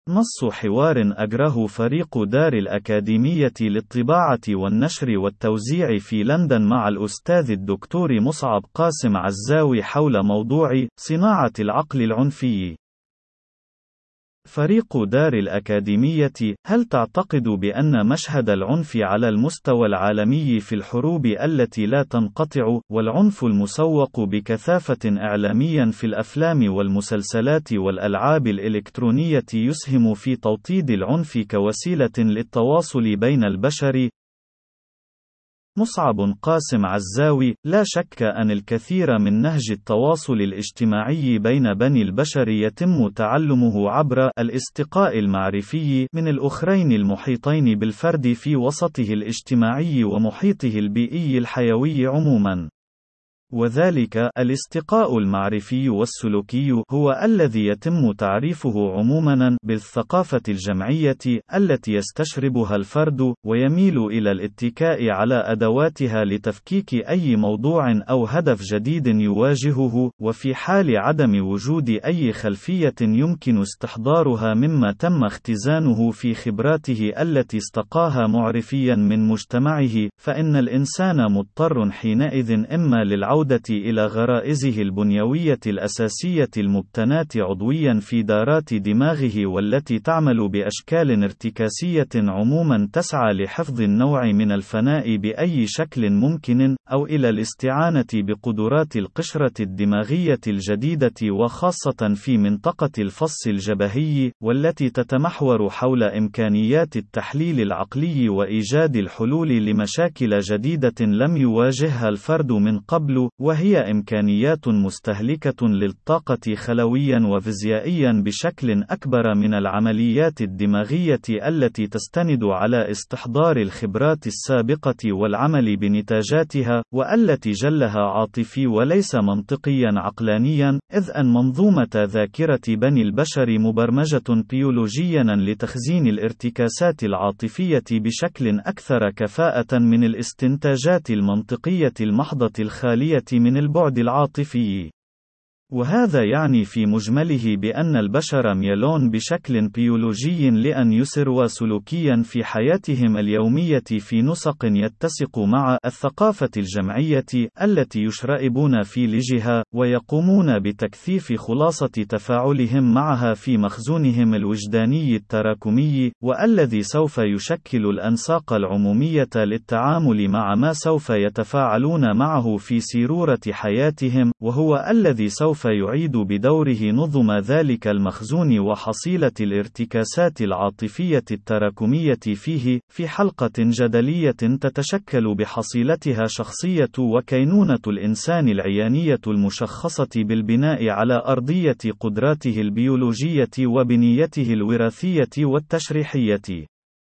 نص حوار أجره فريق دار الأكاديمية للطباعة والنشر والتوزيع في لندن مع الأستاذ الدكتور مصعب قاسم عزاوي حول موضوع صناعة العقل العنفي. فريق دار الأكاديمية: هل تعتقد بأن مشهد العنف على المستوى العالمي في الحروب التي لا تنقطع، والعنف المسوق بكثافة إعلاميا في الأفلام والمسلسلات والألعاب الإلكترونية يسهم في توطيد العنف كوسيلة للتواصل بين البشر؟ مصعب قاسم عزاوي: لا شك أن الكثير من نهج التواصل الاجتماعي بين بني البشر يتم تعلمه عبر الاستقاء المعرفي من الأخرين المحيطين بالفرد في وسطه الاجتماعي ومحيطه البيئي الحيوي عموما. وذلك الاستقاء المعرفي والسلوكي هو الذي يتم تعريفه عموما بالثقافة الجمعية التي يستشربها الفرد، ويميل إلى الاتكاء على أدواتها لتفكيك أي موضوع أو هدف جديد يواجهه، وفي حال عدم وجود أي خلفية يمكن استحضارها مما تم اختزانه في خبراته التي استقاها معرفيا من مجتمعه، فإن الإنسان مضطر حينئذ إما للعودة إلى غرائزه البنيوية الأساسية المبتناة عضويا في دارات دماغه، والتي تعمل بأشكال ارتكاسية عموما تسعى لحفظ النوع من الفناء بأي شكل ممكن، أو إلى الاستعانة بقدرات القشرة الدماغية الجديدة وخاصة في منطقة الفص الجبهي، والتي تتمحور حول إمكانيات التحليل العقلي وإيجاد الحلول لمشاكل جديدة لم يواجهها الفرد من قبل، وهي إمكانيات مستهلكة للطاقة خلويا وفيزيائيا بشكل أكبر من العمليات الدماغية التي تستند على استحضار الخبرات السابقة والعمل بنتاجاتها، والتي جلها عاطفي وليس منطقيا عقلانيا، إذ أن منظومة ذاكرة بني البشر مبرمجة بيولوجيا لتخزين الارتكاسات العاطفية بشكل أكثر كفاءة من الاستنتاجات المنطقية المحضة الخالية من البعد العاطفي. وهذا يعني في مجمله بأن البشر ميلون بشكل بيولوجي لأن يسروا سلوكيا في حياتهم اليومية في نسق يتسق مع الثقافة الجمعية التي يشرئبون في لجها، ويقومون بتكثيف خلاصة تفاعلهم معها في مخزونهم الوجداني التراكمي، والذي سوف يشكل الأنساق العمومية للتعامل مع ما سوف يتفاعلون معه في سيرورة حياتهم، وهو الذي سوف يعيد بدوره نظم ذلك المخزون وحصيلة الارتكاسات العاطفية التراكمية فيه، في حلقة جدلية تتشكل بحصيلتها شخصية وكينونة الإنسان العيانية المشخصة بالبناء على أرضية قدراته البيولوجية وبنيته الوراثية والتشريحية.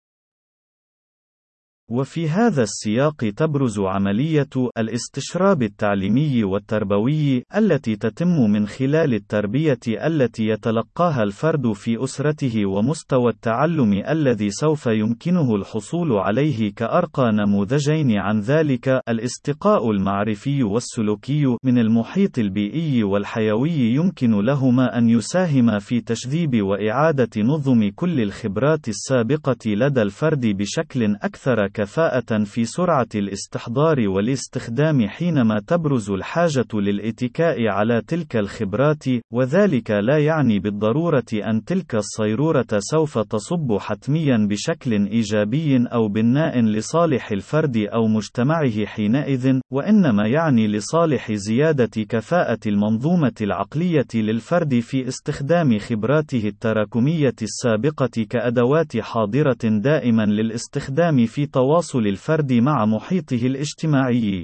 وفي هذا السياق تبرز عملية الاستشراب التعليمي والتربوي التي تتم من خلال التربية التي يتلقاها الفرد في أسرته، ومستوى التعلم الذي سوف يمكنه الحصول عليه كأرقى نموذجين عن ذلك: الاستقاء المعرفي والسلوكي من المحيط البيئي والحيوي، يمكن لهما أن يساهما في تجذيب وإعادة نظم كل الخبرات السابقة لدى الفرد بشكل أكثر كفاءة في سرعة الاستحضار والاستخدام حينما تبرز الحاجة للاتكاء على تلك الخبرات، وذلك لا يعني بالضرورة أن تلك الصيرورة سوف تصب حتميا بشكل إيجابي أو بناء لصالح الفرد أو مجتمعه حينئذ، وإنما يعني لصالح زيادة كفاءة المنظومة العقلية للفرد في استخدام خبراته التراكمية السابقة كأدوات حاضرة دائما للاستخدام في تواصل الفرد مع محيطه الاجتماعي.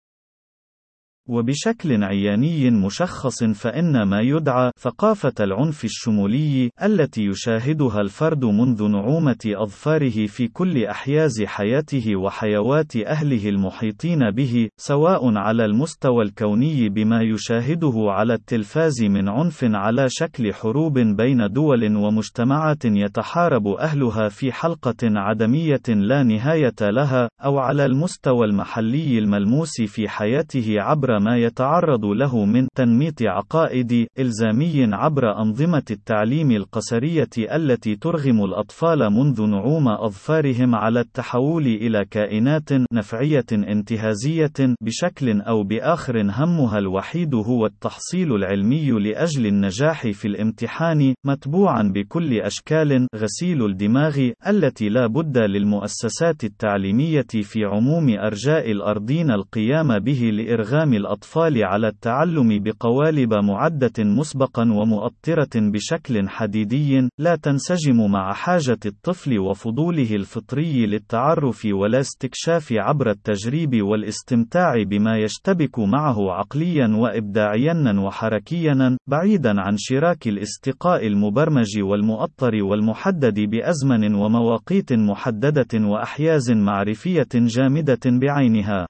وبشكل عياني مشخص فإن ما يدعى ثقافة العنف الشمولي التي يشاهدها الفرد منذ نعومة أظفاره في كل أحياز حياته وحيوات أهله المحيطين به، سواء على المستوى الكوني بما يشاهده على التلفاز من عنف على شكل حروب بين دول ومجتمعات يتحارب أهلها في حلقة عدمية لا نهاية لها، أو على المستوى المحلي الملموس في حياته عبر ما يتعرض له من تنميط عقائدي إلزامي عبر أنظمة التعليم القسرية التي ترغم الأطفال منذ نعوم أظفارهم على التحول إلى كائنات نفعية انتهازية بشكل أو بآخر همها الوحيد هو التحصيل العلمي لأجل النجاح في الامتحان، متبوعا بكل أشكال غسيل الدماغ التي لا بد للمؤسسات التعليمية في عموم أرجاء الأرضين القيام به لإرغام الأطفال على التعلم بقوالب معدة مسبقا ومؤطرة بشكل حديدي لا تنسجم مع حاجة الطفل وفضوله الفطري للتعرف ولا استكشاف عبر التجريب والاستمتاع بما يشتبك معه عقليا وإبداعيا وحركيا، بعيدا عن شراك الاستقاء المبرمج والمؤطر والمحدد بأزمن ومواقيت محددة وأحياز معرفية جامدة بعينها.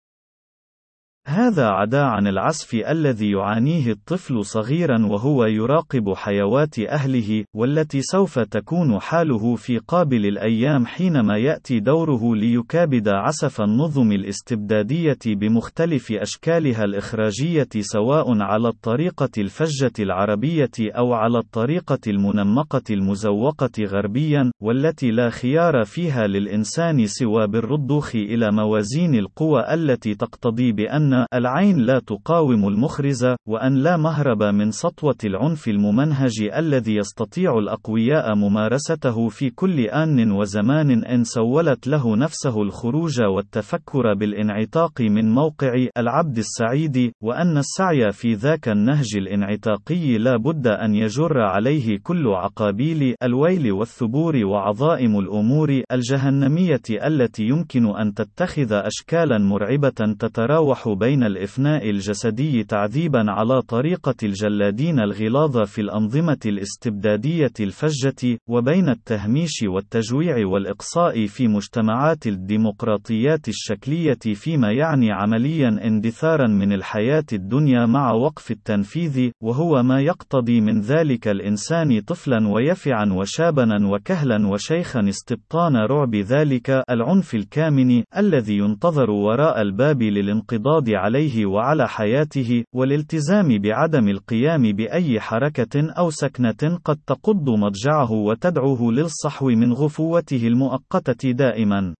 هذا عدا عن العسف الذي يعانيه الطفل صغيرا وهو يراقب حيوات أهله، والتي سوف تكون حاله في قابل الأيام حينما يأتي دوره ليكابد عسف النظم الاستبدادية بمختلف أشكالها الإخراجية، سواء على الطريقة الفجة العربية أو على الطريقة المنمقة المزوقة غربيا، والتي لا خيار فيها للإنسان سوى بالرضوخ إلى موازين القوى التي تقتضي بأن العين لا تقاوم المخرز، وأن لا مهرب من سطوة العنف الممنهج الذي يستطيع الأقوياء ممارسته في كل آن وزمان إن سولت له نفسه الخروج والتفكر بالانعتاق من موقع العبد السعيد، وأن السعي في ذاك النهج الانعتاقي لا بد أن يجر عليه كل عقابيل الويل والثبور وعظائم الأمور الجهنمية التي يمكن أن تتخذ أشكالا مرعبة تتراوح بين الإفناء الجسدي تعذيبا على طريقة الجلادين الغلاظ في الأنظمة الاستبدادية الفجة، وبين التهميش والتجويع والإقصاء في مجتمعات الديمقراطيات الشكلية، فيما يعني عمليا اندثارا من الحياة الدنيا مع وقف التنفيذ، وهو ما يقتضي من ذلك الإنسان طفلا ويفعا وشابنا وكهلا وشيخا استبطان رعب ذلك العنف الكامن الذي ينتظر وراء الباب للانقضاض عليه وعلى حياته، والالتزام بعدم القيام بأي حركة أو سكنة قد تقض مضجعه وتدعوه للصحو من غفوته المؤقتة دائما.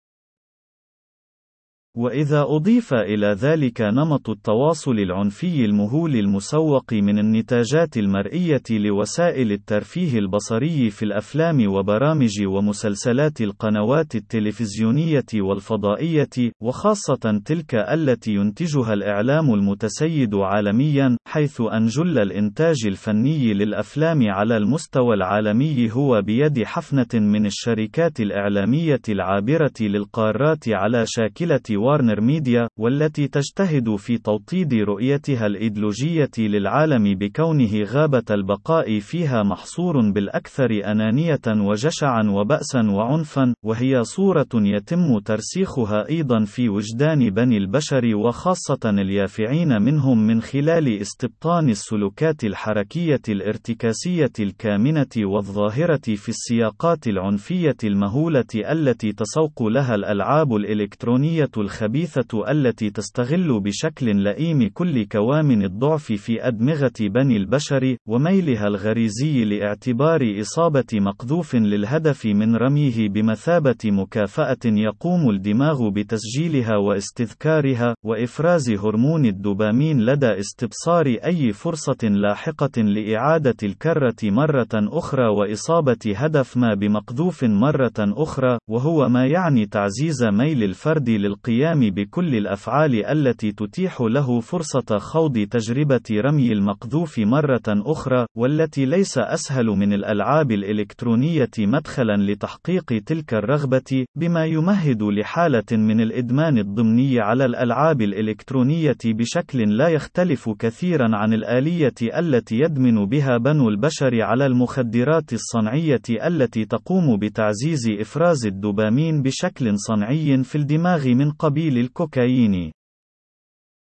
وإذا أضيف إلى ذلك نمط التواصل العنفي المهول المسوق من النتاجات المرئية لوسائل الترفيه البصري في الأفلام وبرامج ومسلسلات القنوات التلفزيونية والفضائية، وخاصة تلك التي ينتجها الإعلام المتسيد عالميا، حيث أن جل الإنتاج الفني للأفلام على المستوى العالمي هو بيد حفنة من الشركات الإعلامية العابرة للقارات على شاكلة وارنر ميديا، والتي تجتهد في توطيد رؤيتها الإيديولوجية للعالم بكونه غابة البقاء فيها محصور بالأكثر أنانية وجشعا وبأسا وعنفا، وهي صورة يتم ترسيخها أيضا في وجدان بني البشر وخاصة اليافعين منهم من خلال استبطان السلوكات الحركية الارتكاسية الكامنة والظاهرة في السياقات العنفية المهولة التي تسوق لها الألعاب الإلكترونية الخبيثة التي تستغل بشكل لئيم كل كوامن الضعف في أدمغة بني البشر، وميلها الغريزي لاعتبار إصابة مقذوف للهدف من رميه بمثابة مكافأة يقوم الدماغ بتسجيلها واستذكارها، وإفراز هرمون الدوبامين لدى استبصار أي فرصة لاحقة لإعادة الكرة مرة أخرى وإصابة هدف ما بمقذوف مرة أخرى، وهو ما يعني تعزيز ميل الفرد للقيام بكل الأفعال التي تتيح له فرصة خوض تجربة رمي المقذوف مرة أخرى، والتي ليس أسهل من الألعاب الإلكترونية مدخلا لتحقيق تلك الرغبة، بما يمهد لحالة من الإدمان الضمني على الألعاب الإلكترونية بشكل لا يختلف كثيرا عن الآلية التي يدمن بها بنو البشر على المخدرات الصنعية التي تقوم بتعزيز إفراز الدوبامين بشكل صنعي في الدماغ من قبيل الكوكايين.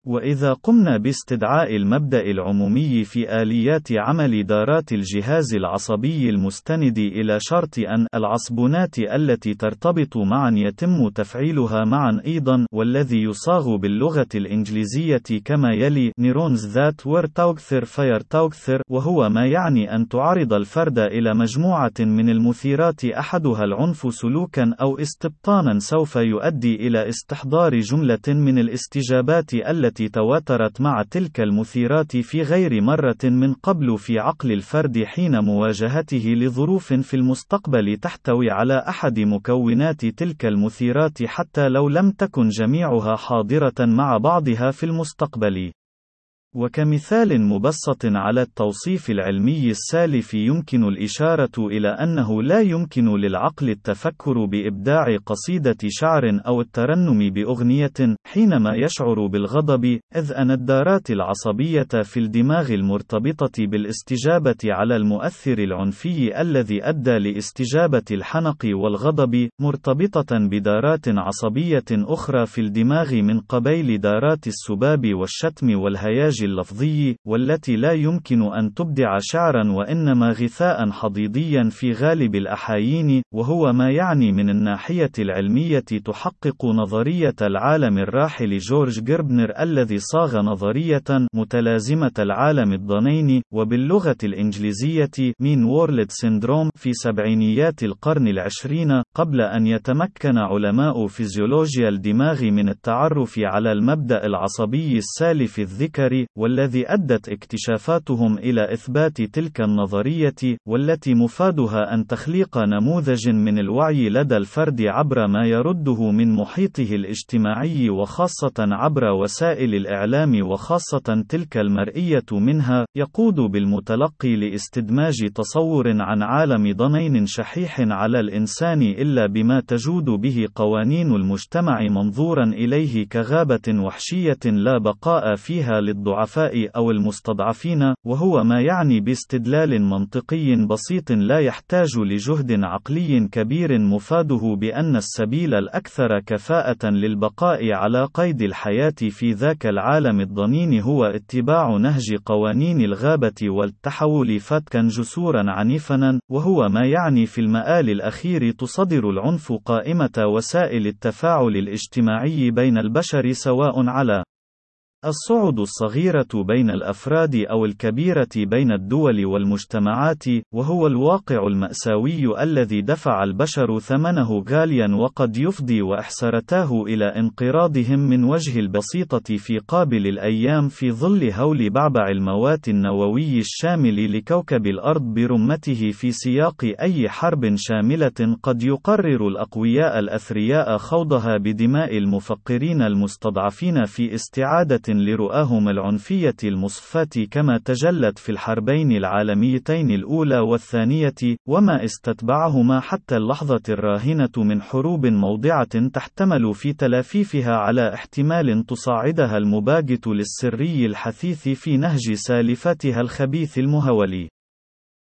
وإذا قمنا باستدعاء المبدأ العمومي في آليات عمل دارات الجهاز العصبي المستند إلى شرط أن العصبونات التي ترتبط معا يتم تفعيلها معا أيضا، والذي يصاغ باللغة الإنجليزية كما يلي: neurons that were together fire together، وهو ما يعني أن تعرض الفرد إلى مجموعة من المثيرات أحدها العنف سلوكا أو استبطانا سوف يؤدي إلى استحضار جملة من الاستجابات التي تواترت مع تلك المثيرات في غير مرة من قبل في عقل الفرد حين مواجهته لظروف في المستقبل تحتوي على أحد مكونات تلك المثيرات حتى لو لم تكن جميعها حاضرة مع بعضها في المستقبل. وكمثال مبسط على التوصيف العلمي السالف يمكن الإشارة إلى أنه لا يمكن للعقل التفكر بإبداع قصيدة شعر أو الترنم بأغنية حينما يشعر بالغضب، إذ أن الدارات العصبية في الدماغ المرتبطة بالاستجابة على المؤثر العنفي الذي أدى لاستجابة الحنق والغضب مرتبطة بدارات عصبية أخرى في الدماغ من قبيل دارات السباب والشتم والهياج اللفظي، والتي لا يمكن أن تبدع شعرا وإنما غثاء حضيضيا في غالب الأحايين، وهو ما يعني من الناحية العلمية تحقق نظرية العالم الراحل جورج جيربنر الذي صاغ نظرية متلازمة العالم الضنين، وباللغة الإنجليزية مين وورلد سيندروم في سبعينيات القرن العشرين، قبل أن يتمكن علماء فيزيولوجيا الدماغ من التعرف على المبدأ العصبي السالف الذكري، والذي أدت اكتشافاتهم إلى إثبات تلك النظرية، والتي مفادها أن تخليق نموذج من الوعي لدى الفرد عبر ما يرده من محيطه الاجتماعي وخاصة عبر وسائل الإعلام وخاصة تلك المرئية منها، يقود بالمتلقي لاستدماج تصور عن عالم ضنين شحيح على الإنسان إلا بما تجود به قوانين المجتمع منظورا إليه كغابة وحشية لا بقاء فيها للضعفاء أو المستضعفين، وهو ما يعني باستدلال منطقي بسيط لا يحتاج لجهد عقلي كبير مفاده بأن السبيل الأكثر كفاءة للبقاء على قيد الحياة في ذاك العالم الضنين هو اتباع نهج قوانين الغابة والتحول فتكا جسورا عنيفا، وهو ما يعني في المآل الأخير تصدر العنف قائمة وسائل التفاعل الاجتماعي بين البشر سواء على الصعد الصغيرة بين الأفراد أو الكبيرة بين الدول والمجتمعات، وهو الواقع المأساوي الذي دفع البشر ثمنه غاليا وقد يفضي وإحسرتاه إلى انقراضهم من وجه البسيطة في قابل الأيام في ظل هول بعبع الموات النووي الشامل لكوكب الأرض برمته في سياق أي حرب شاملة قد يقرر الأقوياء الأثرياء خوضها بدماء المفقرين المستضعفين في استعادة لرؤاهم العنفية المصفاة كما تجلت في الحربين العالميتين الأولى والثانية، وما استتبعهما حتى اللحظة الراهنة من حروب موضعة تحتمل في تلافيفها على احتمال تصاعدها المباغت للسري الحثيث في نهج سالفتها الخبيث المهول.